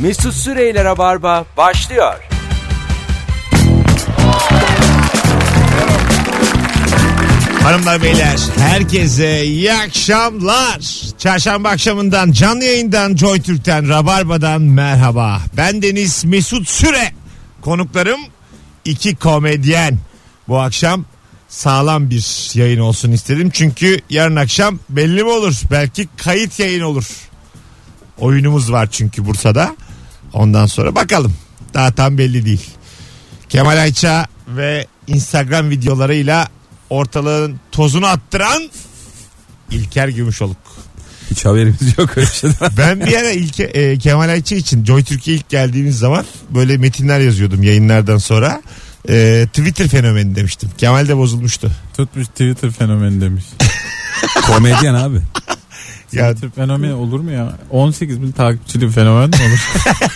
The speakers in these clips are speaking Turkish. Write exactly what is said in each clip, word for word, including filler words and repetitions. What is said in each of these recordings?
Mesut Süreyler'e Barba başlıyor. Hanımlar beyler herkese iyi akşamlar. Çarşamba akşamından canlı yayından Joy Türk'ten Rabarba'dan merhaba. Ben Deniz Mesut Süre. Konuklarım iki komedyen. Bu akşam sağlam bir yayın olsun istedim. Çünkü yarın akşam belli mi olur? Belki kayıt yayın olur. Oyunumuz var çünkü Bursa'da. Ondan sonra bakalım. Daha tam belli değil. Kemal Ayça ve Instagram videolarıyla ortalığın tozunu attıran İlker Gümüşoluk. Hiç haberimiz yok öyle şeyden. Ben bir ara İlke, e, Kemal Ayça için Joy Türkiye ilk geldiğimiz zaman böyle metinler yazıyordum yayınlardan sonra. E, Twitter fenomeni demiştim. Kemal de bozulmuştu. Tutmuş Twitter fenomeni demiş. Komedyen abi. Ya, Twitter fenomeni olur mu ya? on sekiz bin takipçili fenomen mi olur?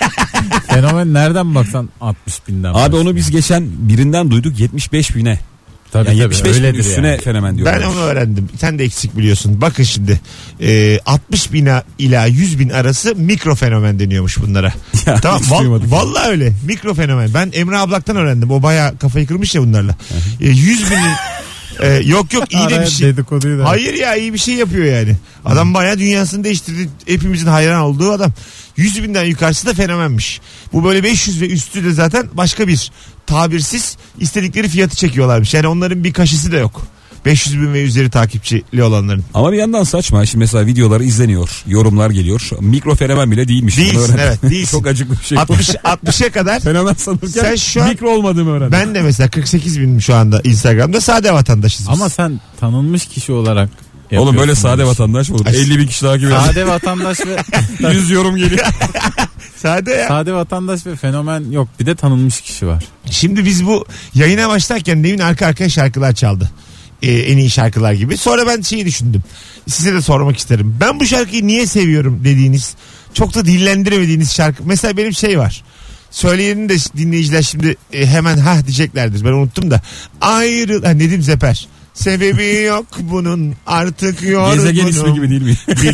Fenomen nereden baksan altmış binden. Abi başlıyor. onu biz geçen birinden duyduk yetmiş beş bine. Tabii, yani tabii, yetmiş beş bin öyledir üstüne yani. fenomen diyorlar. ben onu öğrendim. Sen de eksik biliyorsun. Bakın şimdi e, altmış bin ila yüz bin arası mikro fenomen deniyormuş bunlara. Ya, Tamam. hiç Val, duymadık. vallahi öyle. Mikro fenomen. Ben Emre Ablak'tan öğrendim. O bayağı kafayı kırmış ya bunlarla. E, yüz binin e, yok yok iyi de Araya bir şey. dedikoduyu da. Hayır ya iyi bir şey yapıyor yani. Adam bayağı dünyasını değiştirdi. Hepimizin hayran olduğu adam. yüz binden yukarısı da fenomenmiş. Bu böyle beş yüz ve üstü de zaten başka bir tabirsiz istedikleri fiyatı çekiyorlarmış. Yani onların bir kaşısı da yok. beş yüz bin ve üzeri takipçili olanların. Ama bir yandan saçma. Şimdi mesela videoları izleniyor. Yorumlar geliyor. Mikro fenomen bile değilmiş. Değilsin evet değilsin. Çok acıklı bir şey. altmış, altmışa kadar. Fenomen sanırken Sen şu an- mikro olmadığımı öğrendim. Ben de mesela kırk sekiz bin şu anda Instagram'da sade vatandaşız biz. Ama sen tanınmış kişi olarak Oğlum böyle yapıyorsun sade bu işi. vatandaş mı olur? Ay- elli bin kişi takip ediyor. Sade vatandaş ve yüz yorum geliyor. Sade ya. sade vatandaş ve fenomen yok. Bir de tanınmış kişi var. Şimdi biz bu yayına başlarken demin arka arkaya şarkılar çaldı. Ee, en iyi şarkılar gibi. Sonra ben şeyi düşündüm. Size de sormak isterim. Ben bu şarkıyı niye seviyorum dediğiniz, çok da dillendiremediğiniz şarkı. Mesela benim şey var. Söyleyenin de dinleyiciler şimdi e, hemen ha diyeceklerdir. Ben unuttum da. Ayrı ha, Nedim Zeper. Sebebi yok bunun artık yorgunum. Gezegen ismi gibi değil mi?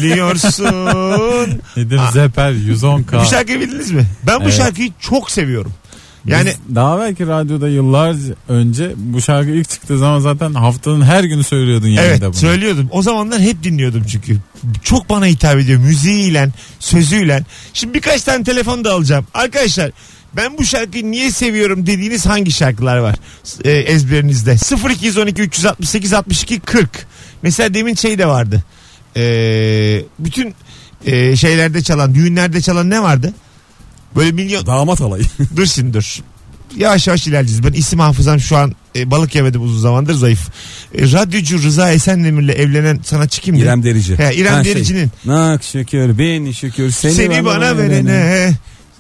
Biliyorsun. Nedim Aa. Zeper yüz on K. Bu şarkıyı bildiniz mi? Ben bu Evet. şarkıyı çok seviyorum. Yani Biz daha belki radyoda yıllarca önce bu şarkı ilk çıktığı zaman zaten haftanın her günü söylüyordun yayında evet bunu. söylüyordum. O zamanlar hep dinliyordum çünkü. Çok bana hitap ediyor müziğiyle, sözüyle. Şimdi birkaç tane telefon da alacağım. Arkadaşlar ben bu şarkıyı niye seviyorum dediğiniz hangi şarkılar var e, ezberinizde? sıfır iki on iki üç altı sekiz altmış iki kırk. Mesela demin şey de vardı. E, bütün e, şeylerde çalan, düğünlerde çalan ne vardı? Böyle milyon... Damat alayı. Dur şimdi dur. Yavaş yavaş ilerleyeceğiz. Ben isim hafızam şu an e, balık yemedim uzun zamandır zayıf. E, radyocu Rıza Esendemir'le evlenen sanatçı kimdi? İrem Derici. He, İrem Ha, şey. Derici'nin. Nak şükür bin şükür seni, Seni bana verene.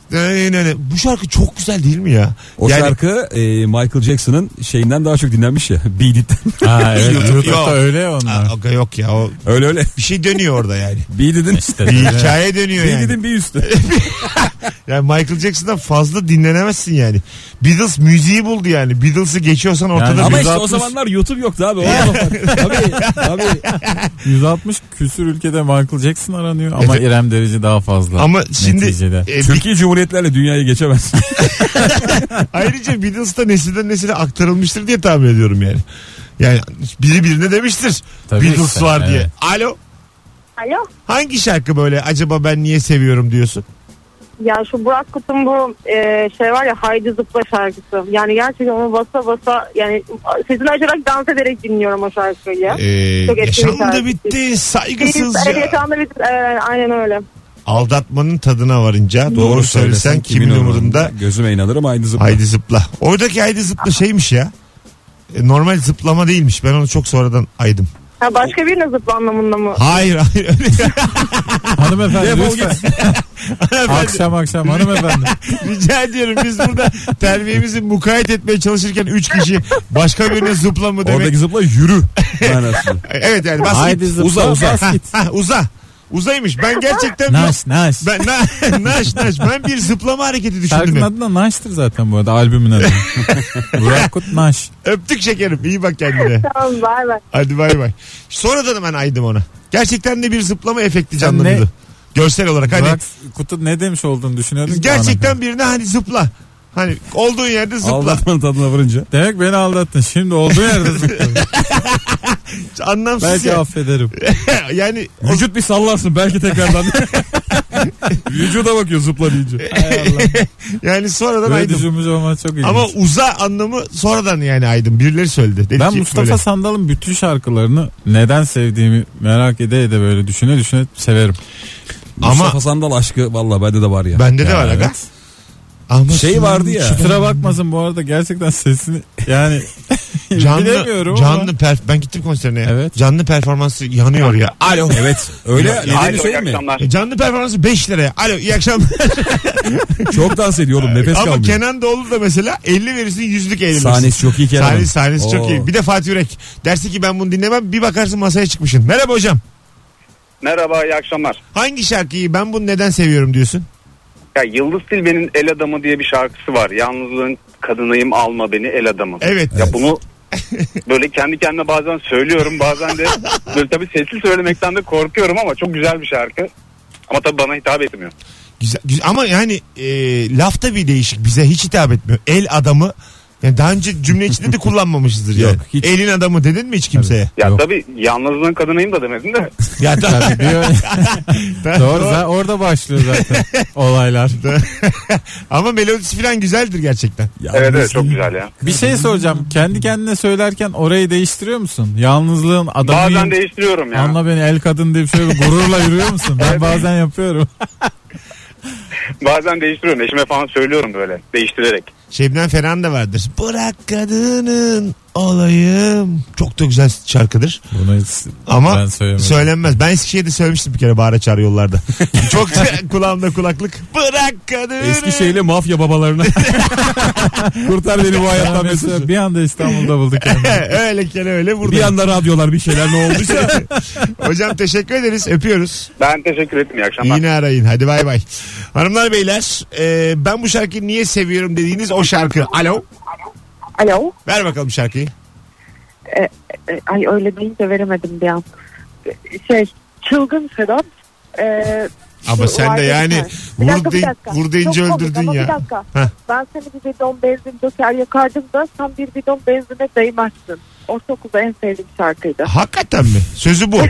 Bu şarkı çok güzel değil mi ya? O Yani- şarkı e, Michael Jackson'ın şeyinden daha çok dinlenmiş ya. Beat It'ten. Ha, evet, Yok, YouTube'da yok. öyle ya onlar. Aa, yok ya o Öyle öyle. bir şey dönüyor orada yani. Beat It'in. İşte Bir öyle. hikaye dönüyor Beat yani. It'in bir üstü. Yani Michael Jackson'dan fazla dinlenemezsin yani. Beatles müziği buldu yani. Beatles'ı geçiyorsan ortada Yani bir... Ama yüz işte o altmış zamanlar YouTube yoktu abi. O tabii, tabii. yüz altmış küsür ülkede Michael Jackson aranıyor ama Evet. İrem Derici daha fazla. Ama şimdi neticede. e, bir- Türkiye Cumhuriyetlerle dünyayı geçemez. ayrıca Beatles da nesilden nesile aktarılmıştır diye tahmin ediyorum yani. Yani biri birine demiştir. Tabii Beatles işte, var diye. evet. Alo. Alo. Hangi şarkı böyle acaba ben niye seviyorum diyorsun? Ya şu Burak Kut'un bu e, şey var ya Haydi Zıpla şarkısı. Yani gerçekten onu basa basa yani sesini açarak dans ederek dinliyorum o şarkıyı. Ee, Çok etkili yaşam da şarkı. bitti saygısızca. Evet yaşamda bitti. Evet, aynen öyle. Aldatmanın tadına varınca doğru, söylesen kimin umurunda. Gözüme inanırım haydi zıpla. Haydi zıpla. Oradaki haydi zıpla şeymiş ya. E, normal zıplama değilmiş. Ben onu çok sonradan aydım. Ha, başka birine zıpla anlamında mı? Hayır hayır. öyle. Hanımefendi Defol lütfen. Hanımefendi, akşam akşam hanımefendi. rica ediyorum biz burada terbiyemizi mukayyet etmeye çalışırken üç kişi başka birine zıpla mı demek. Oradaki zıpla yürü. Manası. Evet yani bas Haydi git. zıpla Uza, uza. bas git. Ha, uza. Uzaymış. Ben gerçekten Naş naş. ben na, naş naş ben bir zıplama hareketi düşündüm. Şarkının hep. adı da Naş'tır zaten bu arada albümün adı. Burak Kut Naş. Öptük şekerim. İyi bak kendine. Tamam bay bay. Hadi bay bay. Sonradan hemen aydım ona. Gerçekten de bir zıplama efekti Sen canlandı. Görsel olarak hani. Burak Kut'un ne demiş olduğunu düşünüyordun ki Gerçekten birine hani zıpla. Hani olduğun yerde zıpla. Aldatmanın tadına varınca. Demek beni aldattın. Şimdi olduğu yerde zıplıyorum. Anlamsız Belki ya. affederim. Yani Vücut bir sallarsın belki tekrardan. Vücuda bakıyor zıpla deyince. yani sonradan Böyle aydım. düşünmüş olman çok ilginç. Ama uza anlamı sonradan yani aydım. Birileri söyledi. Dedi ben ki Mustafa böyle. Sandal'ın bütün şarkılarını neden sevdiğimi merak ede ede böyle düşüne düşüne severim. Ama Mustafa Sandal aşkı valla bende de var ya. bende de Ya var aga. evet. Ama Şey vardı ya. Kusura bakmasın bu arada gerçekten sesini yani Canlı, bilemiyorum canlı ama. perf- ben gittim konserine. ya. Evet. Canlı performansı yanıyor ya. Alo. Evet öyle nedeni Alo, iyi söyleyeyim mi? akşamlar. E, Canlı performansı beş liraya. Alo iyi akşamlar. Çok dans ediyor oğlum nefes Ama kalmıyor. Kenan Doğulu da mesela elli verirsin yüzlük eğlenirsin. Sahnesi çok iyi Kenan. Sahnesi, sahnesi çok Oo. iyi. Bir de Fatih Yürek. Dersi ki ben bunu dinlemem. Bir bakarsın masaya çıkmışsın. Merhaba hocam. Merhaba, iyi akşamlar. Hangi şarkıyı ben bunu neden seviyorum diyorsun? Ya Yıldız Tilbe'nin El Adamı diye bir şarkısı var. Yalnızlığın kadınıyım alma beni el adamı. Evet. Ya bunu böyle kendi kendime bazen söylüyorum, bazen de böyle tabii sesli söylemekten de korkuyorum ama çok güzel bir şarkı. Ama tabii bana hitap etmiyor. Güzel, güzel. Ama yani e, lafta bir değişik. Bize hiç hitap etmiyor. El adamı. Yani daha önce cümle içinde de kullanmamışızdır yani. Yok, hiç. Elin adamı dedin mi hiç kimseye? Ya Yok. tabii yalnızlığın kadınıyım da demedin de. Ya da, Tabii bir- Doğru zaten orada başlıyor zaten olaylar. Ama melodisi falan güzeldir gerçekten. Evet evet çok güzel ya. Bir şey soracağım. Kendi kendine söylerken orayı değiştiriyor musun? Yalnızlığın Bazen adamıyım. değiştiriyorum ya. Anla beni el kadın deyip şöyle bir gururla yürüyor musun? Ben bazen yapıyorum. Bazen değiştiriyorum. Eşime falan söylüyorum böyle değiştirerek. Şebnem Ferah'ın da vardır. Bırak kadının olayım. Çok da güzel şarkıdır. Bunu hiç Ama ben söylemedim. söylenmez. Ben Eskişehir'de söylemiştim bir kere bağıra çağır yollarda. Çok kulağımda kulaklık. Bırak kadını. Eskişehir'le mafya babalarına. Kurtar beni bu hayattan Ben Mesut. mesela bir anda İstanbul'da bulduk kendimi. öyle kere öyle burada. Bir anda radyolar bir şeyler ne olduysa. Hocam teşekkür ederiz. Öpüyoruz. Ben teşekkür ederim. İyi akşamlar. Yine arayın. Hadi bay bay. Hanımlar beyler e, ben bu şarkıyı niye seviyorum dediğiniz o şarkı. Alo. Alo. Ver bakalım şarkıyı. E, e, ay öyle deyince veremedim bir an. E, Şey çılgın Sedat. E, Ama şu sen de vardı bir yani tane. Bir vur, dakika, bir de, dakika. vur deyince Çok komik öldürdün ama ya. Bir dakika. Heh. Ben seni bir bidon benzin döker yakardım da sen bir bidon benzine değmezsin. Ortaokulda en sevdiğim şarkıydı. Hakikaten mi? Sözü bu.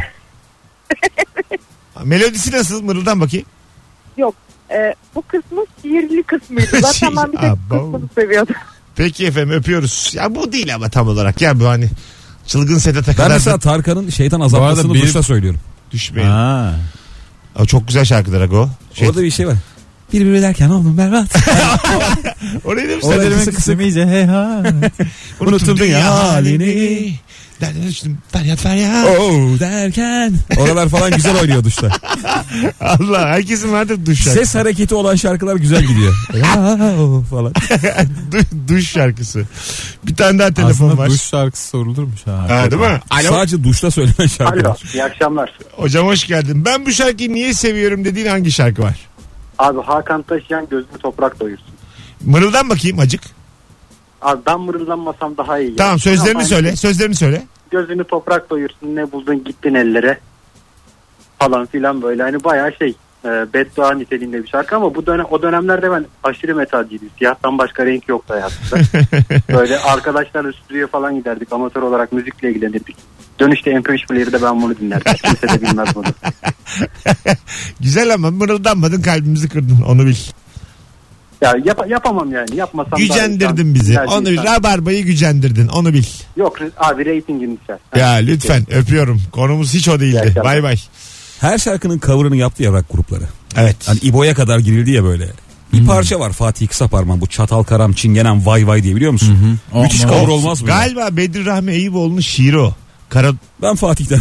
Melodisi nasıl? Mırıldan bakayım. Yok. E, bu kısmı şiirli kısmıydı. Zaten ben bir tek Abo. kısmını seviyordum. Peki efendim öpüyoruz. Ya bu değil ama tam olarak. Ya bu hani çılgın Sedat'a Ben kadar mesela da Tarkan'ın şeytan azaltmasını bir- duşta söylüyorum. düşmeyin. Ha. O çok güzel şarkıdır Ago. Şey, Orada bir şey var. Bir bir derken oldum berbat. orayı da mı O sen? demek kısım iyice hey ha. Unuttum dünya halini. halini. Derdine düştüm. Feryat feryat. Oh derken. Oralar falan güzel oynuyor duşta. Allah herkesin vardır duş şarkısı. Ses hareketi olan şarkılar güzel gidiyor. Oh falan. Du- duş şarkısı. Bir tane daha telefon Aslında var. duş şarkısı sorulurmuş ha. Ha, değil mi? Alo. Sadece duşta söylenen şarkılar. Alo, iyi akşamlar. Hocam hoş geldin. Ben bu şarkıyı niye seviyorum dediğin hangi şarkı var? Abi Hakan Taşıyan gözünü toprak doyursun. Mırıldan bakayım acık. Abi ben mırıldanmasam daha iyi. Tamam sözlerini Ama söyle. Sözlerini söyle. Gözünü toprak doyursun, ne buldun gittin ellere falan filan böyle. Hani bayağı şey e, beddua niteliğinde bir şarkı ama bu dönem, o dönemlerde ben aşırı metalciydim. Siyahtan başka renk yoktu hayatımda. Böyle arkadaşlarla stüdyoya falan giderdik. Amatör olarak müzikle ilgilenirdik. Dönüşte M P üç player'de ben bunu dinlerdim. Kimse de bilmez bunu. Güzel ama mırıldanmadın kalbimizi kırdın onu bil. Ya yap, yapamam yani. Yapmasam daha iyi. Gücendirdin bizi. Yani Onu bil. insan- Rabarbayı gücendirdin onu bil. Yok abi reytingin düşer. Ya lütfen öpüyorum. Konumuz hiç o değildi. Gerçekten. Bay bay. Her şarkının cover'ını yaptı ya rock grupları. Evet. Hani İbo'ya kadar girildi ya böyle. Bir parça var Fatih Kısaparmak bu Çatal Karam Çingenem Vay Vay diye biliyor musun? Hı. Müthiş O- cover o- olmaz mı? ya? Galiba Bedir Rahmi Eyüboğlu'nun şiiri o. Kara, Ben Fatih'ten.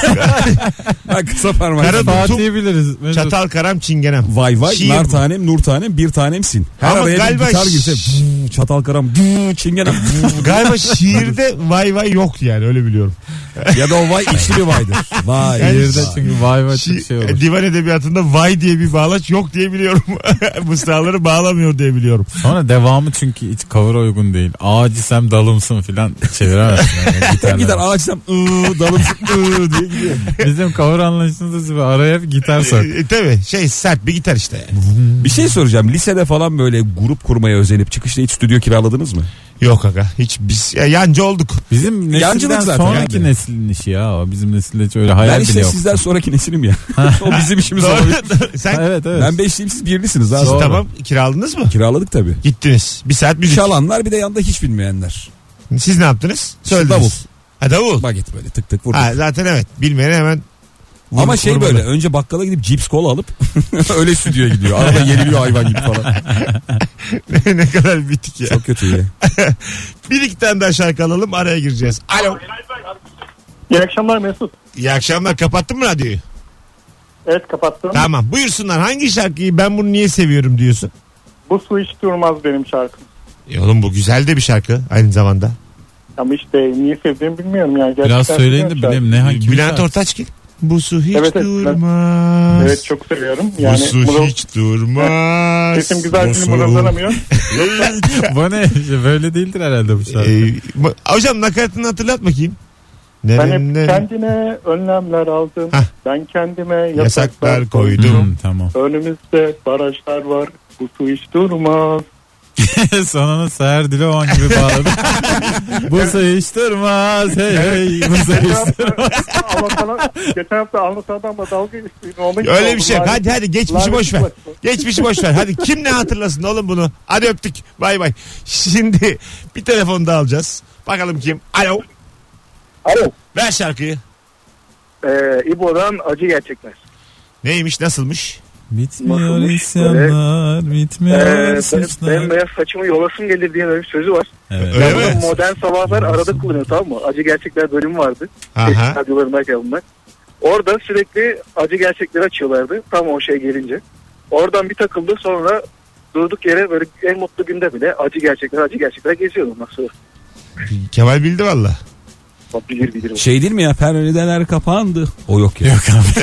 Ben Kısaparmak. Kara- Fatih'i biliriz. Mesut. çatal karam çingenem. Vay vay Şiir nar bu. tanem nur tanem bir tanemsin. Her Ama araya galiba bir gitar girse ş- "Buu, çatal karam buu, çingenem buu." Galiba şiirde vay vay yok yani öyle biliyorum. ya da o vay içli bir vaydır. Vay. Yani- Şiirde çünkü vay vay çok Şi- şey olur. Divan edebiyatında vay diye bir bağlaç yok diye biliyorum. Mısraları bağlamıyor diye biliyorum. Sonra devamı çünkü hiç cover'a uygun değil. Ağacısem dalımsın filan çeviremezsin. Yani, gitarla. Gider ağaçsam ı ıı, dalım ıı diye gidiyor. Bizim cover anlayışımızda bir araya hep gitar sok. E, tabii şey sert bir gitar işte. Bir şey soracağım. Lisede falan böyle grup kurmaya özenip çıkışta hiç stüdyo kiraladınız mı? Yok aga hiç biz ya, yancı olduk. Bizim Yancılık nesilden zaten sonraki yani. neslin işi ya o. Bizim nesilde hiç öyle hayal Ben bile işte yok. sizden sonraki nesilim ya. O bizim işimiz olabilir. Doğru. Sen Ha, evet evet. Ben beşliyim, siz birlisiniz. siz Abi. tamam kiraladınız mı? Kiraladık tabii. Gittiniz. Bir saat müzik. Çalanlar bir de yanında hiç bilmeyenler. Siz ne yaptınız? İşte Söylediniz. davul. Ha davul. Baget böyle tık tık vurduk. Ha, zaten evet. Bilmeyene hemen vur, Ama şey vurmalı. böyle önce bakkala gidip cips kola alıp öyle stüdyoya gidiyor. Arada yeniliyor hayvan gibi falan. Ne kadar bitik ya. Çok kötü ya. Bir iki tane daha şarkı alalım araya gireceğiz. Alo. İyi akşamlar Mesut. İyi akşamlar. Kapattın mı radyoyu? Evet kapattım. Tamam. Buyursunlar. Hangi şarkıyı ben bunu niye seviyorum diyorsun? Bu su hiç durmaz benim şarkım. E oğlum bu güzel de bir şarkı aynı zamanda. Ama işte niye sevdiğimi bilmiyorum yani. Gerçekten Biraz söyleyin de seviyorum bileyim ne hangi Bülent şarkı? Ortaçgil. Bu su hiç Evet, evet. durmaz. şarkı. Evet çok seviyorum. Yani bu su mırıl- hiç durmaz. sesim güzel Bu film su- mırıldanamıyor. Bu ne? Böyle değildir herhalde bu şarkı. Ee, bu- hocam nakaratını hatırlat bakayım. Ben hep Nereden kendine önlemler aldım. Hah. Ben kendime yasaklar, yasaklar koydum. Hmm, tamam. Önümüzde barajlar var. Bu su hiç durmaz. Sonunu Seher Dilovan gibi bağladım. Bu hiç durmaz. Hey hey. Bu Geçen hiç hafta durmaz. anlatana, geçen hafta anlatan adamla dalga geçti. Onun gibi Öyle oldu. bir şey yok. Lanet- Hadi hadi geçmişi lanet boş ver. olsun. Geçmişi boş ver. Hadi kim ne hatırlasın oğlum bunu. Hadi öptük. Bay bay. Şimdi bir telefon daha alacağız. Bakalım kim? Alo. Alo. Ver şarkıyı. Ee, İbo'dan Acı Gerçekler. Neymiş nasılmış? Bitmiyor Nasılmış isyanlar. Bitmiyor Ee, suçlar. ben beyaz saçımı yolasım gelir diye böyle bir sözü var. Evet. Öyle Ben bunu mi? modern sabahlar arada kullanıyor, tamam mı? Acı Gerçekler bölümü vardı. Aha. Eski radyolarındayken bunlar. Orada sürekli acı gerçekleri açıyorlardı. Tam o şey gelince. Oradan bir takıldı, sonra durduk yere böyle en mutlu günde bile acı gerçekler acı gerçekler geziyordu ondan sonra. Kemal bildi valla. Bak bilir bilir. Şey değil mi ya, perdeler kapandı. O yok ya. Yok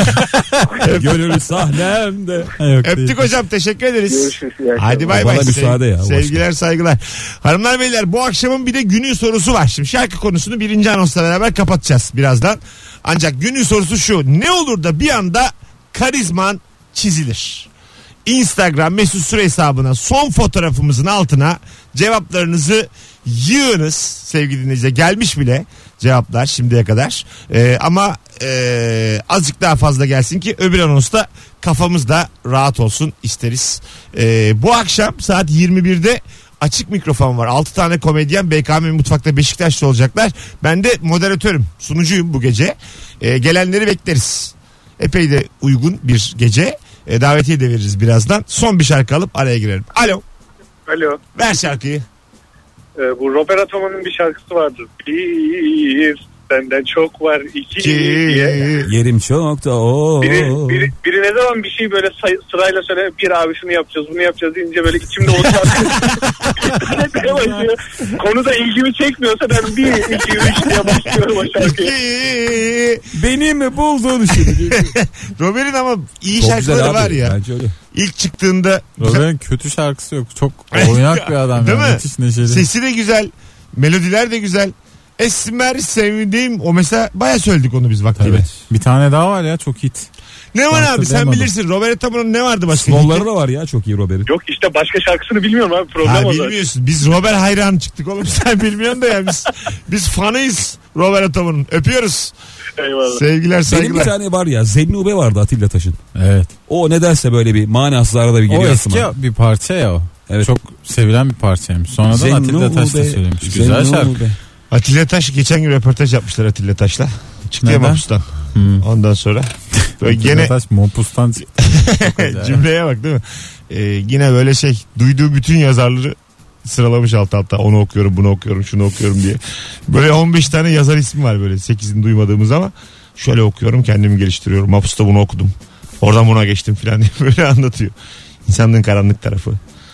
abi. Gönül sahnemde. Yok Öptük değil. hocam teşekkür ederiz. Görüşürüz. iyi akşamlar. Hadi bay Bana bay. müsaade ya, Sevgiler saygılar. Hanımlar beyler bu akşamın bir de günün sorusu var. Şimdi şarkı konusunu birinci anonsla beraber kapatacağız birazdan. Ancak günün sorusu şu. Ne olur da bir anda karizman çizilir? Instagram Mesut Süre hesabına son fotoğrafımızın altına cevaplarınızı yığınız sevgili dinleyiciler. Gelmiş bile cevaplar şimdiye kadar. Ee, ama e, azıcık daha fazla gelsin ki öbür anonsta kafamız da rahat olsun isteriz. Ee, bu akşam saat yirmi birde açık mikrofon var. altı tane komedyen B K M Mutfak'ta Beşiktaş'ta olacaklar. Ben de moderatörüm, sunucuyum bu gece. Ee, gelenleri bekleriz. Epey de uygun bir gece. Ee, davetiye de veririz birazdan. Son bir şarkı alıp araya girelim. Alo. Alo. Ver şarkıyı. Ee, bu Robert Ataman'ın bir şarkısı vardır. Bir, senden çok var. İki. Ki... diye. Yerim çok da o. Biri, biri, biri ne zaman bir şey böyle say, sırayla söyle, bir abi şunu yapacağız bunu yapacağız deyince böyle içimde o şarkı konu da ilgimi çekmiyorsa ben bir iki üç diye başlıyorum o şarkıyı. Beni mi buldun şimdi? Robert'in ama iyi Çok şarkıları güzel abi. var ya. Bence öyle. İlk çıktığında Robert'in kötü şarkısı yok. Çok oynak bir adam. Değil ya. mi? Müthiş neşeli. sesi de güzel. Melodiler de güzel. Esmer sevdiğim o mesela baya söyledik onu biz vaktiyle. Evet. Bir tane daha var ya çok hit. Ne var Ben abi sen hatırlayamadım. bilirsin. Robert Ataman'ın ne vardı başka? Slow'ları da var ya çok iyi Robert'in. Yok işte başka şarkısını bilmiyorum abi, problem Ha, o zaten. bilmiyorsun. Biz Robert hayranı çıktık oğlum. Sen bilmiyorsun da ya biz biz fanıyız Robert Ataman'ın. Öpüyoruz. Eyvallah. Sevgiler Benim bir saygılar. tane var ya, Zennube vardı Atilla Taş'ın. Evet. O nedense böyle bir manasız arada bir O geliyor eski aklıma. bir parça ya o. Evet. Çok sevilen bir parçaymış. Sonradan Zennube, Atilla Taş da söylemiş. Güzel Zennube. şarkı. Atilla Taş geçen gün röportaj yapmışlar Atilla Taş'la. Çıktı ya Neden? mahpustan. Hmm. Ondan sonra böyle Atilla gene Taş Mopus'tan çıktı. Çok acayip. cümleye bak değil mi? Ee, yine böyle şey duyduğu bütün yazarları sıralamış alt alta. Onu okuyorum, bunu okuyorum, şunu okuyorum diye. Böyle on beş tane yazar ismi var böyle. sekizini duymadığımız ama şöyle okuyorum, kendimi geliştiriyorum. Mahpusta bunu okudum. Oradan buna geçtim falan diye böyle anlatıyor. İnsanlığın karanlık tarafı.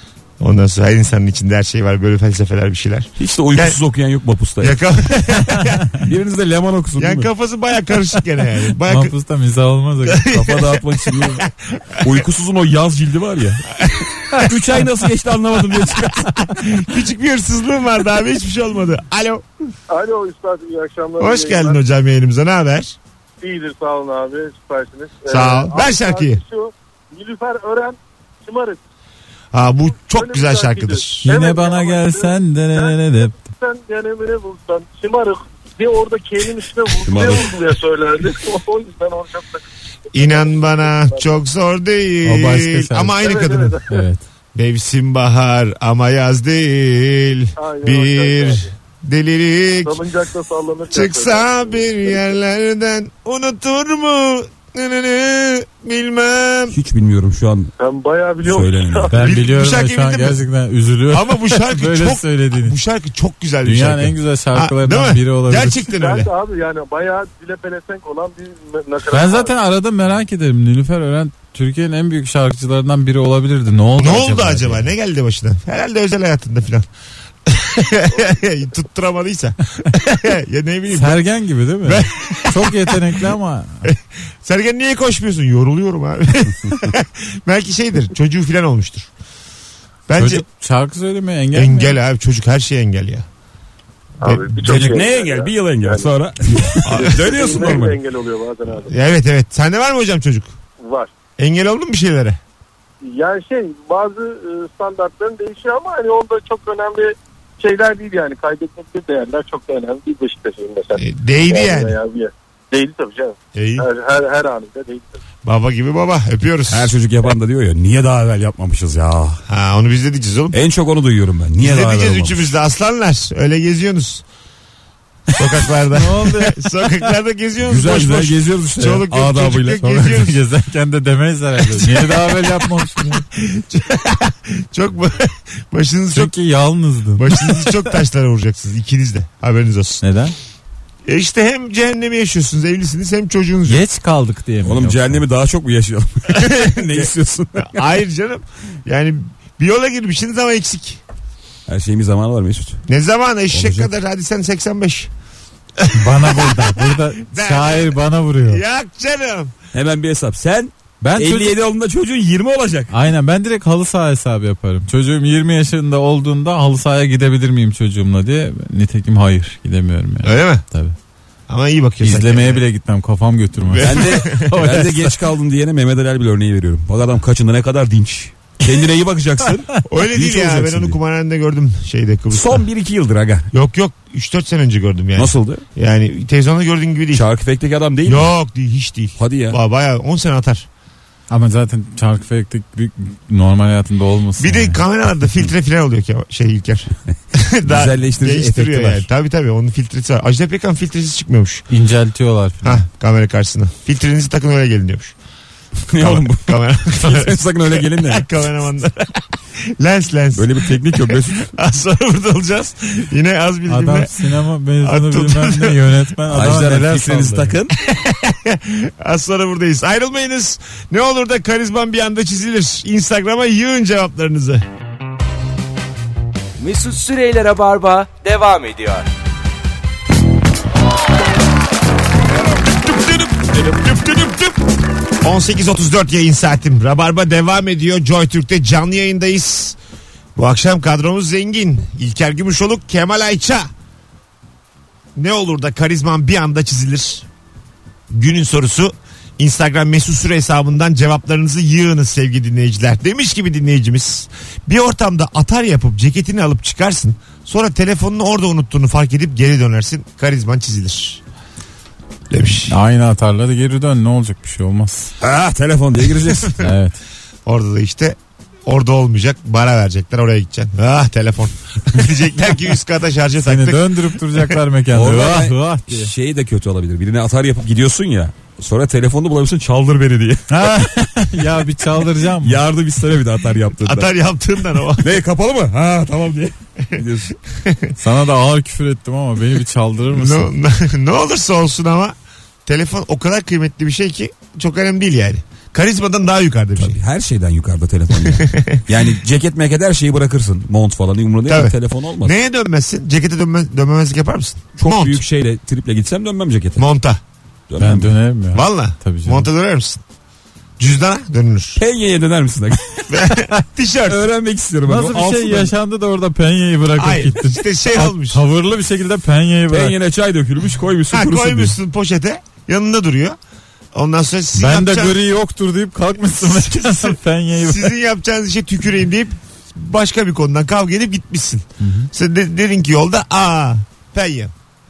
Ondan sonra her insanın içinde her şey var. Böyle felsefeler bir şeyler. Hiç de uykusuz yani, okuyan yok Mapus'ta. Ya ka- Biriniz de Leman okusun yani değil mi? kafası baya karışık gene yani. Bayağı Mapus'ta mizah olmaz. Kafa dağıtmak için. Uykusuzun o yaz cildi var ya. Üç ay nasıl geçti anlamadım diye çıkarsın. küçük bir hırsızlığım vardı abi, hiçbir şey olmadı. Alo. Alo üstadım, iyi akşamlar. Hoş geldin hocam yayınımıza, ne haber? İyidir sağ olun abi, süpersiniz. Sağ ol. Ee, Ver şarkıyı. Şu Nilüfer Ören Şımarık. Ha bu çok Öyle güzel bir şarkıydı. şarkıdır. Yine Evet, bana ama gelsen de ne ne de. Sen denemini bulsan Şımarık diye orada K'nin üstüne vurdu Şımarık. diye söylerdi. O yüzden orada İnan bana çok zor değil. O başka şarkı. Ama aynı Evet, kadının. evet. Evet. Mevsim bahar ama yaz değil. Aynen, Bir aynen. delilik salıncakta sallanır. çıksa bir yerlerden unutur mu? Nı nı nı, bilmem. Hiç bilmiyorum şu an. Ben bayağı biliyorum. Söylenin. Ben Bil- biliyorum bu ve şarkıyı şu an bildin mi? gerçekten üzülüyorum. Ama bu şarkı Böyle çok söylediğini. bu şarkı çok güzel bir Dünyanın şarkı. en güzel Ha, şarkılarından değil mi? biri olabilir. Gerçekten öyle. Ben de abi yani bayağı dile pelesenk olan bir nakarat. Ben zaten arada merak ederim. Nilüfer Ören Türkiye'nin en büyük şarkıcılarından biri olabilirdi. Ne oldu Ne acaba? oldu acaba? diye. Ne geldi başına? Herhalde özel hayatında filan. Tutturamadıysa. Ya ne bileyim. Sergen gibi değil mi? Çok yetenekli ama Sergen niye koşmuyorsun? Yoruluyorum abi. Belki şeydir. Çocuğu filan olmuştur. Bence çocuk şarkı söylemeye engel mi? engel abi. Çocuk her şeye engel ya. Abi birçok Çocuk şey ne engel engel? ya. Bir yıl engel. Yani- Sonra dönüyorsun Ne normal. engel oluyor bazen abi. Evet evet. Sende var mı hocam çocuk? Var. Engel oldun mu bir şeylere? Yani şey bazı e, standartların değişiyor ama hani onda çok önemli şeyler değil yani. Kaybetmekte değerler çok da önemli değil Beşiktaş'ın mesela. E, değdi yani. veya bir yer. Değildi tabii canım. İyi. Her, her, her anında değildi tabii. Baba gibi baba. Öpüyoruz. Her çocuk yapan da diyor ya niye daha evvel yapmamışız ya. Ha onu biz de diyeceğiz oğlum. En çok onu duyuyorum ben. Niye Biz de daha evvel diyeceğiz olmamış? üçümüz de aslanlar. Öyle geziyorsunuz. Sokaklarda. Ne oldu? Sokaklarda geziyorsunuz. Güzel boş güzel boş. geziyoruz işte. Çoluk yok, Adabıyla. çocuk yok. Sonra Geziyoruz. gezerken de demeyiz herhalde. Niye daha evvel yapmamışsın? ya? Çok ba- başınızı çok Çünkü yalnızdın. başınızı çok taşlara vuracaksınız ikiniz de. Haberiniz olsun. Neden? E işte hem cehennemi yaşıyorsunuz, evlisiniz, hem çocuğunuz yok. Geç kaldık diye mi? Oğlum Yoksa? cehennemi daha çok mu yaşayalım? Ne istiyorsun? Hayır canım. Yani bir yola girmişsiniz ama eksik. Her şeyin bir zamanı var Mesut. Ne zaman eşek Olacak. kadar, hadi sen seksen beş. Bana burada. Burada şair bana vuruyor. Yak canım. Hemen bir hesap. Sen Ben elli yedi çocuk... olduğunda çocuğun yirmi olacak. Aynen, ben direkt halı saha hesabı yaparım. Çocuğum yirmi yaşında olduğunda halı sahaya gidebilir miyim çocuğumla diye. Nitekim hayır, gidemiyorum yani. Öyle mi? Tabii. Ama iyi bakıyorsun. İzlemeye bile gitmem, kafam götürmez. Ben de, ben de geç kaldın diyene Mehmet Ali Erbil örneği veriyorum. Bak adam kaçında ne kadar dinç. Kendine iyi bakacaksın. Öyle değil Dinç ya, ben olacaksın onu diye. kumarhanede gördüm şeyde, Kıbrıs'ta. Son bir iki yıldır aga. Yok yok üç dört sene önce gördüm yani. Nasıldı? Yani televizyonda gördüğün gibi değil. Çarkıfelek'teki adam değil mi? Yok değil, hiç değil. Hadi ya. Ba- Bayağı on sene atar. Ama zaten Çarkıfelek'te büyük normal hayatında olmasın. Bir de yani. kameralarda filtre falan oluyor ki şey İlker. Daha Güzelleştirici değiştiriyor efekti var. yani. Tabii tabii onun filtresi var. Ajda Pekkan filtresiz çıkmıyormuş. İnceltiyorlar falan. Ha kamera karşısına. Filtrenizi takın öyle gelin diyormuş. Ne oğlum bu? Kamera. Sakın öyle gelin de. Kameramanlar. Lens lens. Böyle bir teknik yok Mesut. Az sonra burada olacağız. Yine az Adam bilgimle. sinema mezunu Attım. bilmem ne yönetmen. Adama Ajdar neler filtrenizi sallıyor. takın. Az sonra buradayız. Ayrılmayınız. Ne olur da karizman bir anda çizilir. Instagram'a yığın cevaplarınızı. Mesut Süreyler'e barba devam ediyor. on sekiz otuz dört yayın saatim. Rabarba devam ediyor. Joy Türk'te canlı yayındayız. Bu akşam kadromuz zengin. İlker Gümüşoluk, Kemal Ayça. Ne olur da karizman bir anda çizilir? Günün sorusu. Instagram Mesut Süre hesabından cevaplarınızı yığınız sevgili dinleyiciler. Demiş gibi dinleyicimiz, bir ortamda atar yapıp ceketini alıp çıkarsın. Sonra telefonunu orada unuttuğunu fark edip geri dönersin. Karizman çizilir. Demiş. Aynı atarları geri dön, ne olacak, bir şey olmaz. Ah telefon diye gireceksin. Evet. Orada da işte orada olmayacak, bara verecekler, oraya gideceksin. Ah telefon. Diyecekler ki üst kata şarja Seni taktık. döndürüp duracaklar mekanda. Orada Vah ben- vah diye. Şey de kötü olabilir. Birine atar yapıp gidiyorsun ya. Sonra telefonda bulabilirsin çaldır beni diye. Ha, ya bir çaldıracağım mı? Yardım isteme bir de atar yaptığında. Atar yaptığından o. Ne kapalı mı? Ha tamam diye. Gidiyorsun. Sana da ağır küfür ettim ama beni bir çaldırır mısın? ne, ne olursa olsun ama telefon o kadar kıymetli bir şey ki çok önemli değil yani. Karizmadan daha yukarıda bir şey. Tabii, her şeyden yukarıda telefon. Yani, yani ceket meket her şeyi bırakırsın. Mont falan umurunda değil, telefon olmaz. Neye dönmezsin? Cekete dönme, dönmemezlik yapar mısın? Çok Mont. büyük şeyle triple gitsem dönmem cekete. Monta. Dönmem Ben dönerim ya. Valla. Tabii canım. Monta döner misin? Cüzdana dönülür. Penyeye döner misin? Tişört. Öğrenmek istiyorum. Nasıl Hani. bir şey Altı yaşandı da orada penyeyi bırakıp Hayır gittin. işte şey olmuş. Tavırlı bir şekilde penyeyi bırak. Penyene çay dökülmüş, koymuşsun Ha, kurusun koymuşsun poşete. Yanında duruyor. Ondan sonra sizin Ben de yapacağınız, gri yoktur deyip kalkmışsın. penyeyi bırak. sizin yapacağınız işe tüküreyim deyip başka bir konudan kavga edip gitmişsin. Hı hı. Sen de, dedin ki yolda aa penye.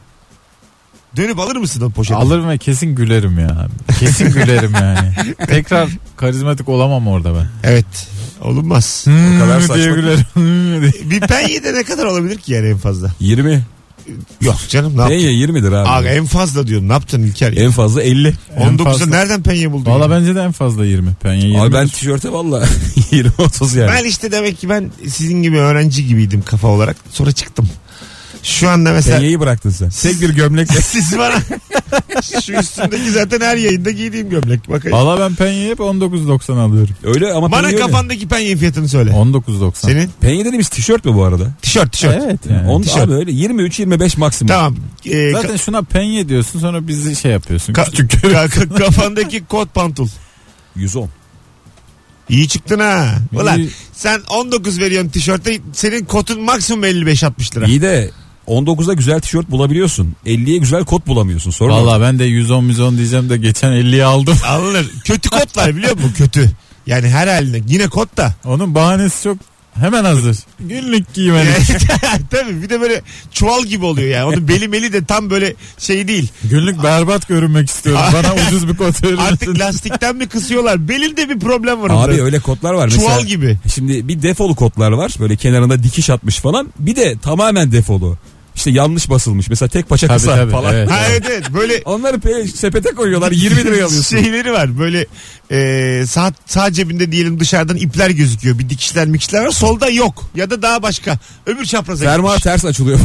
Dönüp alır mısın o poşeti? Alırım ve kesin gülerim ya. Kesin gülerim yani. Tekrar karizmatik olamam orada ben. Evet. Olunmaz. Hmm, O kadar saçma diye ki. gülerim. Bir penyede ne kadar olabilir ki yani en fazla? yirmi. Yok canım ne yaptın? Penye yirmidir abi. Abi en fazla diyorum. Ne yaptın İlker? En fazla elli. on dokuzda fazla. nereden penye buldun? Valla ya? bence de en fazla yirmi. Penye yirmi. Abi ben tişörte valla yirmi otuz yani. Ben işte demek ki ben sizin gibi öğrenci gibiydim kafa olarak. Sonra çıktım. Şu anda mesela... Penyeyi bıraktın sen. Tek bir gömlekle. Siz bana... Şu üstündeki zaten her yayında giydiğim gömlek. Bakayım. Valla ben penyeyi hep on dokuz doksan alıyorum. Öyle ama Bana penye öyle. kafandaki penye fiyatını söyle. on dokuz doksan. Senin? Penye dediğimiz tişört mü bu arada? Tişört tişört. Evet yani. On tişört. abi öyle yirmi üç yirmi beş maksimum. Tamam. Ee, Zaten şuna penye diyorsun sonra bizi şey yapıyorsun. ka- Küçük ka- ka- kafandaki kot pantul. yüz on. İyi çıktın ha. Ulan İyi. sen on dokuz veriyorsun tişörtte, senin kotun maksimum elli beş altmış lira. İyi de on dokuzda güzel tişört bulabiliyorsun. elliye güzel kot bulamıyorsun. Sorun Valla ben de yüz on yüz on diyeceğim de geçen elliyi aldım. Alınır. Kötü kotlar biliyor musun? Kötü. Yani her halinde. Yine kot da. Onun bahanesi çok hemen hazır. Günlük giymelik. Tabii bir de böyle çuval gibi oluyor yani. Onun beli meli de tam böyle şey değil. Günlük berbat görünmek istiyorum. Bana ucuz bir kot verir Artık misin? lastikten mi kısıyorlar? Belinde bir problem var. Abi orada. öyle kotlar var. Çuval Mesela, gibi. Şimdi bir defolu kotlar var. Böyle kenarında dikiş atmış falan. Bir de tamamen defolu. İşte yanlış basılmış. Mesela tek paça Tabii, kısa tabii, falan. evet. Ha evet evet böyle Onları pe- sepete koyuyorlar. yirmi liraya alıyorsun. şeyleri var. Böyle e, sağ, sağ cebinde diyelim dışarıdan ipler gözüküyor. Bir dikişler mikişler var. Solda yok. Ya da daha başka. Öbür çapraza Fermuar gitmiş. ters açılıyor.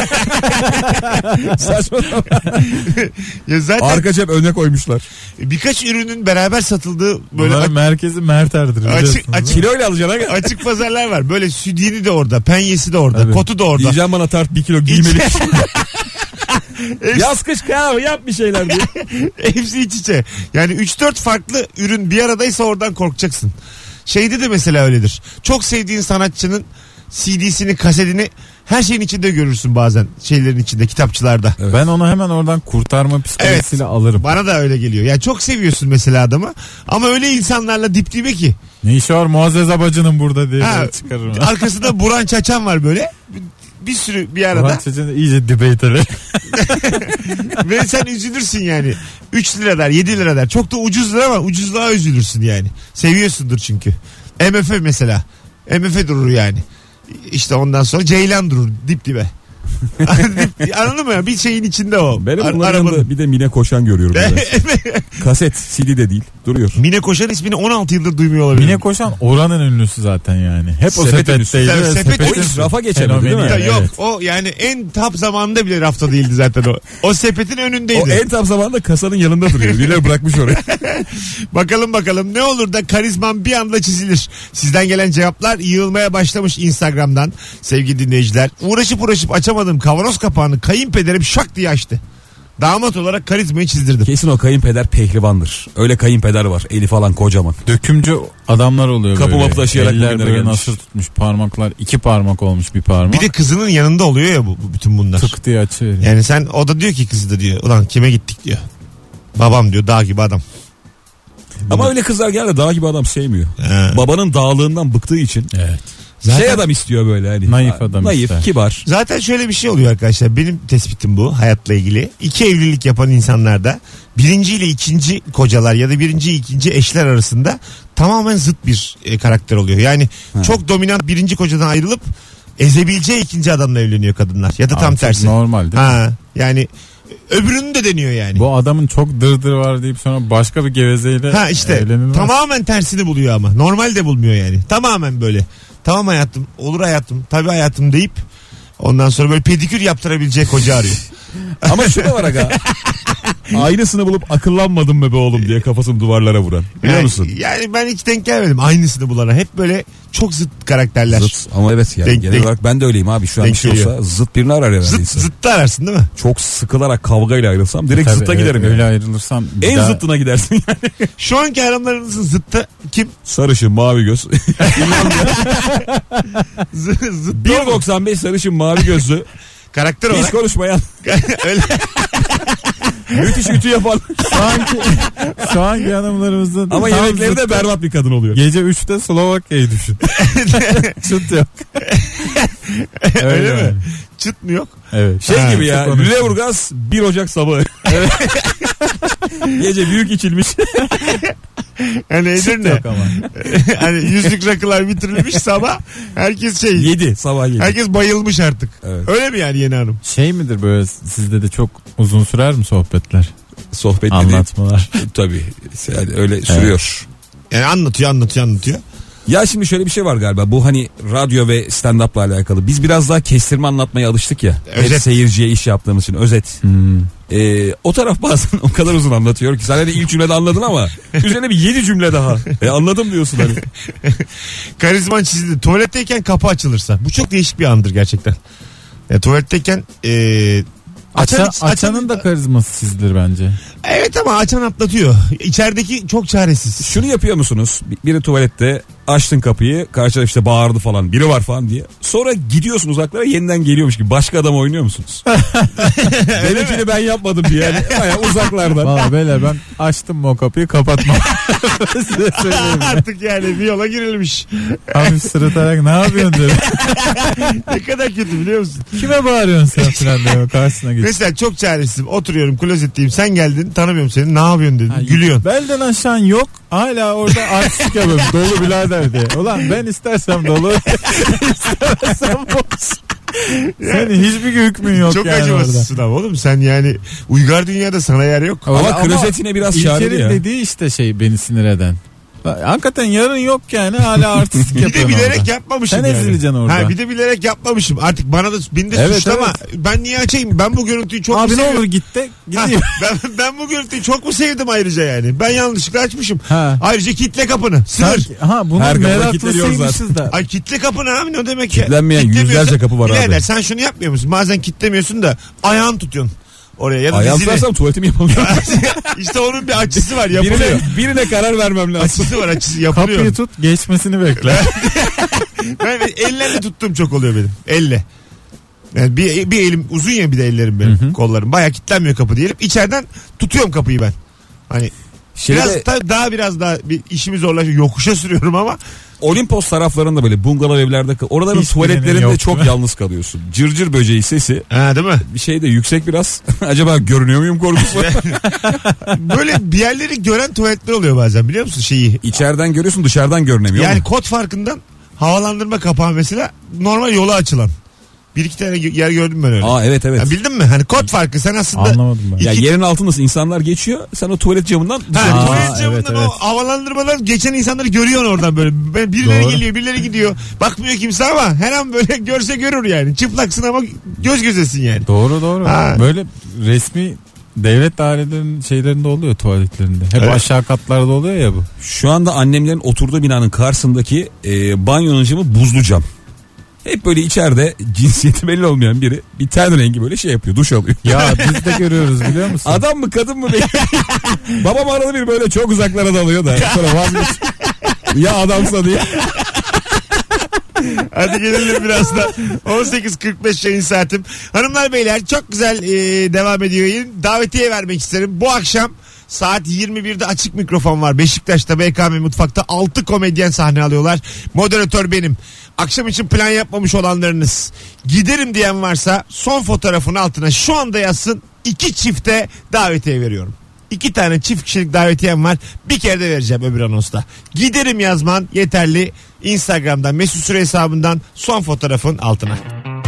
Saçma. Ya zaten Arka cep öne koymuşlar. birkaç ürünün beraber satıldığı böyle Bunların merkezi Merter'dir. açık, biliyorsunuz. açık, Kiloyla alacaksın. ha. açık pazarlar var. Böyle südyeni de orada. Penyesi de orada. Tabii. Kotu da orada. Diyeceğim bana tart bir kilo giymeli. Hepsi- Yaz kış kahve yap bir şeyler diye. Hepsi iç içe. Yani üç dört farklı ürün bir aradaysa oradan korkacaksın. Şeyde de mesela öyledir. Çok sevdiğin sanatçının C D'sini, kasetini her şeyin içinde görürsün bazen. Şeylerin içinde, kitapçılarda. Ben onu hemen oradan kurtarma psikolojisiyle alırım. Bana da öyle geliyor. Yani çok seviyorsun mesela adamı. Ama öyle insanlarla dip dibe ki. Ne işi var Muazzez Abacı'nın burada diye Ha, böyle çıkarırım. arkasında Buran Çaçan var böyle. Bir sürü bir arada. Murat Çeçen'i iyice debate eder. Ve sen üzülürsün yani. üç lira der, yedi lira der. Çok da ucuzdur ama ucuzluğa üzülürsün yani. Seviyorsundur çünkü. M F mesela. M F durur yani. İşte ondan sonra Ceylan durur dip dibe. Dip- Anladın mı ya? Bir şeyin içinde o. Ben Ar- bunların arabanın. yanında bir de Mine Koşan görüyorum. böyle. Kaset C D de değil duruyor. Mine Koşan ismini on altı yıldır duymuyor olabilir. Mine Koşan oranın ünlüsü zaten yani. Hep o Sepet ünlüsü. sepetteydi. Tabii, ve sepet sepetin O hiç rafa geçemedi, değil mi? fenomeni Ya yani, yok evet. o yani en top zamanında bile rafta değildi zaten o. O sepetin önündeydi. O en tam zamanda kasanın yanında duruyor. Birileri bırakmış oraya. Bakalım bakalım ne olur da karizmam bir anda çizilir. Sizden gelen cevaplar yığılmaya başlamış Instagram'dan sevgili dinleyiciler. Uğraşıp uğraşıp açamadım kavanoz kapağını kayınpederim şak diye açtı. Damat olarak karizmayı çizdirdim. Kesin o kayınpeder pehlivandır. Öyle kayınpeder var. Eli falan kocaman. Dökümcü adamlar oluyor Kapı böyle. mapı taşıyarak Eller bugünlere böyle gelmiş. nasır tutmuş, parmaklar iki parmak olmuş bir parmak. Bir de kızının yanında oluyor ya bu, bu bütün bunlar. tık diye açıyor. Yani sen o da diyor ki kız da diyor ulan kime gittik diyor. Babam diyor dağ gibi adam. Ama öyle kızlar genelde dağ gibi adam sevmiyor. He. Babanın dağlığından bıktığı için. Evet. Zaten- Şey adam istiyor böyle hani. Naif adam Naif, ister. kibar. Zaten şöyle bir şey oluyor arkadaşlar. Benim tespitim bu hayatla ilgili. İki evlilik yapan insanlarda birinci ile ikinci kocalar ya da birinci ikinci eşler arasında tamamen zıt bir e, karakter oluyor. Yani çok dominant birinci kocadan ayrılıp ezebileceği ikinci adamla evleniyor kadınlar. Ya da tam Abi çok tersi. normal değil mi? Ha, yani öbürünü de deniyor yani. Bu adamın çok dırdır var deyip sonra başka bir gevezeyle Ha işte evlenilmez. tamamen tersini buluyor ama. Normal de bulmuyor yani. Tamamen böyle. Tamam hayatım, olur hayatım, tabii hayatım deyip ondan sonra böyle pedikür yaptırabileceği koca arıyor. Ama şu da var aga. Aynısını bulup akıllanmadım mı be oğlum diye kafasını duvarlara vuran. Biliyor Yani, musun? yani ben hiç denk gelmedim aynısını bulana. Hep böyle çok zıt karakterler. Zıt ama evet yani Denk- genel denk- olarak ben de öyleyim abi. Şu an denk bir şey olsa geliyor. zıt birini arar herhalde Zıt, insan. zıttı ararsın değil mi? Çok sıkılarak kavgayla ayrılsam direkt Tabii, zıtta evet, giderim. öyle yani. ayrılırsam bir En daha- zıttına gidersin yani. Şu anki hanımlarınızın zıttı kim? Sarışın mavi göz. Z- zıttı bir o mu? doksan beş sarışın mavi gözlü. Karakter Hiç olarak. konuşmayan. Öyle. Müthiş ütü yapan. Şu anki, şu anki hanımlarımızın Ama tam yemekleri de zıttı. berbat bir kadın oluyor. Gece üçte Slovakya'yı düşün. Çıt yok. Öyle yani. mi? Çıt mı yok? Evet. Şey Ha, gibi ya. çok konuştum. Lüleburgaz bir Ocak sabahı. Gece büyük içilmiş. Yani Edirne. Yok ama. Hani yüzlük rakılar bitirilmiş sabah. Herkes şey. yedi sabah yedi. Herkes bayılmış artık. Evet. Öyle mi yani yeni hanım? Şey midir böyle sizde de çok uzun sürer mi sohbetler? Sohbet Anlatmalar. dediğim- Tabii. Yani öyle sürüyor. Yani anlatıyor anlatıyor anlatıyor. Ya şimdi şöyle bir şey var galiba. Bu hani radyo ve stand-up'la alakalı. Biz biraz daha kestirme anlatmaya alıştık ya. Özet. Hep seyirciye iş yaptığımız için. Özet. Hmm. Ee, o taraf bazen o kadar uzun anlatıyor ki. Sen hani ilk cümlede anladın ama üzerine bir yedi cümle daha. E anladım diyorsun hani. Karizman çizildi. Tuvaletteyken kapı açılırsa. Bu çok değişik bir andır gerçekten. Ya, tuvaletteyken e, Açan, açan, açan- açanın da karizması sizdir bence. Evet ama açan atlatıyor. İçerideki çok çaresiz. Şunu yapıyor musunuz? Bir- Biri tuvalette açtın kapıyı. Karşıda işte bağırdı falan. Biri var falan diye. Sonra gidiyorsun uzaklara yeniden geliyormuş gibi. Başka adam oynuyor musunuz? Benimkini ben yapmadım diye. Yani bayağı uzaklardan. Valla beyler ben açtım mı o kapıyı kapatmam. Size söyleyeyim. Artık yani bir yola girilmiş. Hafif sırıtarak ne yapıyorsun diyor. Ne kadar kötü biliyor musun? Kime bağırıyorsun sen filan diyor karşısına geç. Mesela çok çaresizim. Oturuyorum klozetteyim. Sen geldin tanımıyorum seni. Ne yapıyorsun dedim. Gülüyorsun. Belden aşağın yok. Hala orada artistik yapıyorum. Dolu birader diye. Ulan ben istersem dolu. İstemezsem boş. Senin hiçbir hükmün yok Çok yani acımasızsın ama oğlum. Sen yani uygar dünyada sana yer yok. orada. Ama klozet yine biraz İlker'in şarjı ya. dediği işte şey beni sinir eden. Hakikaten yarın yok yani hala artistik Bir de yapıyorsun bilerek orada. yapmamışım Sen yani. ezileceksin orada. Ha, bir de bilerek yapmamışım. Artık bana da beni de Evet, suçlama. Ben niye açayım? Ben bu görüntüyü çok mu Abi ne seviyorum? olur git de Ha, gideyim. ben, ben bu görüntüyü çok mu sevdim ayrıca yani? Ben yanlışlıkla açmışım. Ha. Ayrıca kitle kapını. Sınır. Sanki- ha bunun Her kapıda kilitleniyor meraklısıymışız da. Ay kitle kapını abi ne demek ya? Kitlenmeyen Kitlemiyorsan- yüzlerce kapı var abi. Birader sen şunu yapmıyor musun? Bazen kitlemiyorsun da ayağını tutuyorsun oraya ya da Ayağım dizini. tutarsam tuvaletimi yapamıyorum. İşte onun bir açısı var yapılıyor. birine, birine karar vermem lazım. Açısı var açısı yapılıyor. Kapıyı tut geçmesini bekle. Ben ellerle tuttuğum çok oluyor benim. Elle. Yani bir, bir elim uzun ya bir de ellerim benim. Hı hı. Kollarım. Baya kilitlenmiyor kapı diyelim. İçeriden tutuyorum kapıyı ben. Hani Şeyde, biraz da, daha biraz daha bir işimi zorlaşıyor. Yokuşa sürüyorum ama Olimpos taraflarında böyle bungalov evlerde kal- oraların Hiçbirinin tuvaletlerinde yok, çok değil mi? yalnız kalıyorsun. Cırcır böceği sesi ha, değil mi? bir şey de yüksek biraz. Acaba görünüyor muyum korkusu? Böyle bir yerleri gören tuvaletler oluyor bazen biliyor musun şeyi? İçeriden görüyorsun dışarıdan görünemiyor Yani mu? kod farkından havalandırma kapağı mesela normal yola açılan. Bir iki tane yer gördüm ben öyle. Aa evet evet. Ya bildin mi? Hani kod farkı sen aslında Anlamadım ben. Ya iki- yerin altındasın insanlar geçiyor. Sen o tuvalet camından Ha, dışarı Aa, tuvalet geçiyorsun. camından evet, evet. o havalandırmadan geçen insanları görüyorsun oradan böyle. Ben- Birileri Doğru. geliyor birileri gidiyor. Bakmıyor kimse ama her an böyle görse görür yani. Çıplaksın ama göz gözesin yani. Doğru doğru. Ha. Böyle resmi devlet dairelerinin şeylerinde oluyor tuvaletlerinde. Hep Evet. aşağı katlarda oluyor ya bu. Şu anda annemlerin oturduğu binanın karşısındaki e, banyonun camı buzlu cam. Hep böyle içeride cinsiyeti belli olmayan biri bir ten rengi böyle şey yapıyor, duş alıyor. Ya biz de görüyoruz biliyor musun? Adam mı kadın mı belli. Babam arada bir böyle çok uzaklara dalıyor da sonra vazgeç. Ya adamsa diye. Hadi gelelim biraz da. on sekiz kırk beş yayın saatim. Hanımlar beyler çok güzel e, devam ediyor yayın. Davetiye vermek isterim. Bu akşam saat yirmi birde açık mikrofon var. Beşiktaş'ta B K M Mutfak'ta altı komedyen sahne alıyorlar. Moderatör benim. Akşam için plan yapmamış olanlarınız, giderim diyen varsa son fotoğrafın altına şu anda yazsın. İki çifte davetiye veriyorum. İki tane çift kişilik davetiyem var. Bir kere de vereceğim öbür anonsta. Giderim yazman yeterli. Instagram'dan Mesut Süre hesabından son fotoğrafın altına.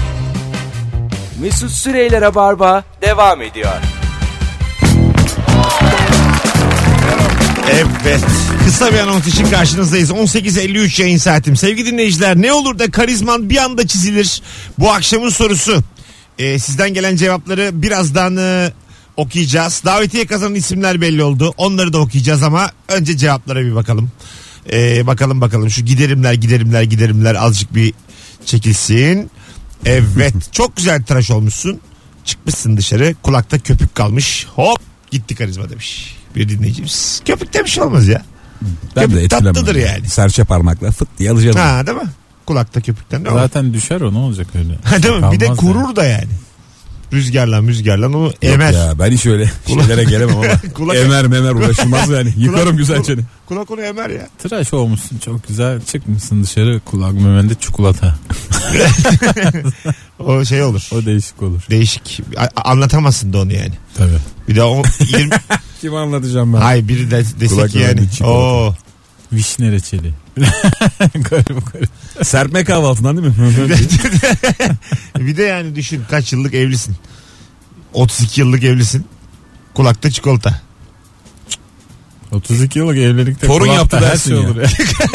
Mesut Süreyler'e barba devam ediyor. Evet. Kısa bir anons için karşınızdayız. on sekiz elli üç yayın saatim. Sevgili dinleyiciler, ne olur da karizman bir anda çizilir? Bu akşamın sorusu. Ee, sizden gelen cevapları birazdan e, okuyacağız. Davetiye kazanan isimler belli oldu. Onları da okuyacağız ama önce cevaplara bir bakalım. Ee, bakalım bakalım şu giderimler giderimler giderimler azıcık bir çekilsin. Evet çok güzel tıraş olmuşsun. Çıkmışsın dışarı, kulakta köpük kalmış. Hop gitti karizma demiş bir dinleyicimiz. Köpükte bir şey olmaz ya. Ben köpük de etkilemem. tatlıdır yani. Serçe parmakla fıt diye alacağız. Ha değil mi? Kulakta köpükten ne olur? Zaten düşer o, ne olacak öyle. Ha, değil mi? Bir de Kalmaz kurur yani. da yani. Rüzgarla rüzgarla onu Yok emer. ya, ben hiç öyle şeylere gelemem ama. Kulak- emer memer uğraşılmaz yani. Yıkarım Kulak- güzelce. Kulak onu emer ya. Tıraş olmuşsun çok güzel, çıkmışsın dışarı, kulak memende çikolata. O şey olur. O değişik olur. Değişik. A- anlatamazsın da onu yani. Tabii. Bir de o yirmi Kim anlatacağım ben? Hay biri de dese Kulak ki yani. memende çikolata. Oo. Vişne reçeli. garip garip. Serpme kahvaltından değil mi? Bir de yani düşün kaç yıllık evlisin. otuz iki yıllık evlisin. Kulakta çikolata. otuz iki yıllık evlilikte Torun kulakta yaptı her dersin şey ya. olur ya.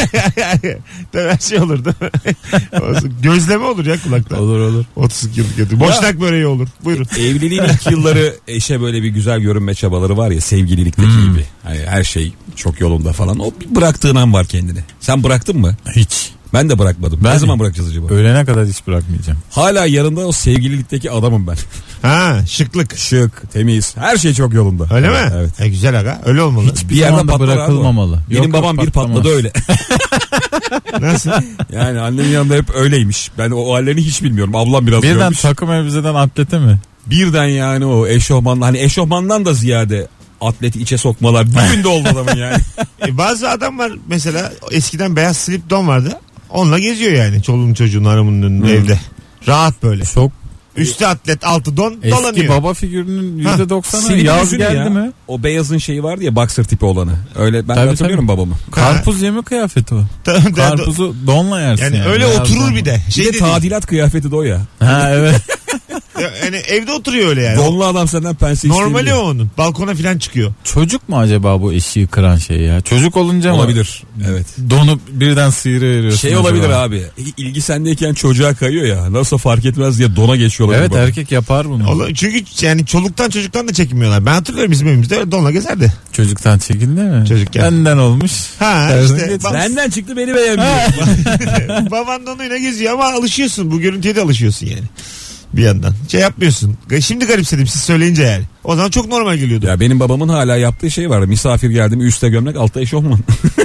Tabii her şey olur değil mi? Gözleme olur ya kulakta. Olur olur. otuz iki yıllık evli. Boşnak böreği olur. Buyurun. Evliliğin ilk yılları eşe böyle bir güzel görünme çabaları var ya, sevgililikteki Hmm. gibi. Hani her şey çok yolunda falan. O bir bıraktığın an var kendini. Sen bıraktın mı? Hiç. Ben de bırakmadım. Ben ne de. zaman bırakacağız acaba? Ölene kadar hiç bırakmayacağım. Hala yanında o sevgililikteki adamım ben. Ha şıklık. Şık, temiz, her şey çok yolunda. Öyle evet, mi? Evet. E, güzel aga. Öyle olmalı. Bir yerde zamanda patlar abi o. bırakılmamalı. Benim Yok, babam yok, bir patlamaz. patladı öyle. Nasıl? Yani annemin yanında hep öyleymiş. Ben o hallerini hiç bilmiyorum. Ablam biraz Birden görmüş. takım elbiseden atlete mi? Birden yani o eşofman, hani eşofmandan da ziyade atleti içe sokmalar bir günde oldu adamın yani. E, bazı adam var mesela eskiden beyaz slip don vardı. Onunla geziyor yani. Çoluğun çocuğun hanımının önünde evde. Rahat böyle. Çok Üstü atlet altı don eski dolanıyor. baba figürünün yüzde doksanı Silip yaz yüzünü geldi ya. mi? O beyazın şeyi vardı ya, boxer tipi olanı. Öyle ben Tabii, hatırlıyorum babamı. Karpuz yeme kıyafeti o. Tabii, tabii. Karpuzu donla yersin Yani yani. öyle Beyaz oturur donla. bir de. Bir Şey de de tadilat kıyafeti de o ya. Ha evet. değil. Yani evde oturuyor öyle yani. Donlu adam senden pense Normali o isteyebiliyor. onun. Balkona falan çıkıyor. Çocuk mu acaba bu eşiği kıran şey ya? Çocuk olunca mı? Olabilir. Evet. Donup birden sıyırıveriyorsun. Şey acaba? olabilir abi. İlgi sendeyken çocuğa kayıyor ya. Nasıl fark etmez diye dona geçiyor olabilir. Evet baba. erkek yapar bunu. Ola- Çünkü yani çoluktan çocuktan da çekinmiyorlar. Ben hatırlıyorum bizim evimizde öyle donla gezerdi. Çocuktan çekildi mi? Çocukken. Benden olmuş. Ha Tersine işte. geç. Bab- Benden çıktı, beni beğenmiyor. Baban donuyla geziyor ama alışıyorsun. Bu görüntüye de alışıyorsun yani. Bir yandan. Şey yapmıyorsun. Şimdi garipsedim siz söyleyince yani. O zaman çok normal geliyordu. Ya benim babamın hala yaptığı şey var. Misafir geldi mi üstte gömlek altta eşofman.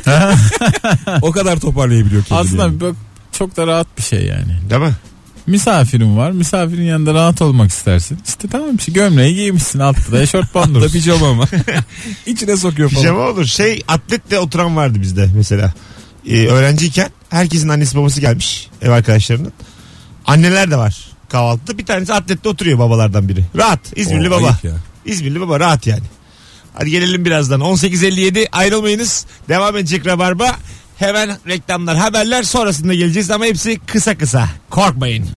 O kadar toparlayabiliyor kendini. Aslında yani. bak, çok da rahat bir şey yani. Değil mi? Misafirin var. Misafirin yanında rahat olmak istersin. İşte tamam işte gömleği giymişsin, altta da eşortman Da durur. pijama ama. İçine sokuyor falan. Pijama olur. Şey atletle oturan vardı bizde mesela. Ee, öğrenciyken herkesin annesi babası gelmiş. Ev arkadaşlarının. Anneler de var kahvaltıda. Bir tanesi atletle oturuyor babalardan biri. Rahat. İzmirli Oo, baba. ayıp ya. İzmirli baba rahat yani. Hadi gelelim birazdan. on sekiz elli yedi ayrılmayınız. Devam edecek Rabarba. Hemen reklamlar, haberler sonrasında geleceğiz ama hepsi kısa kısa. Korkmayın.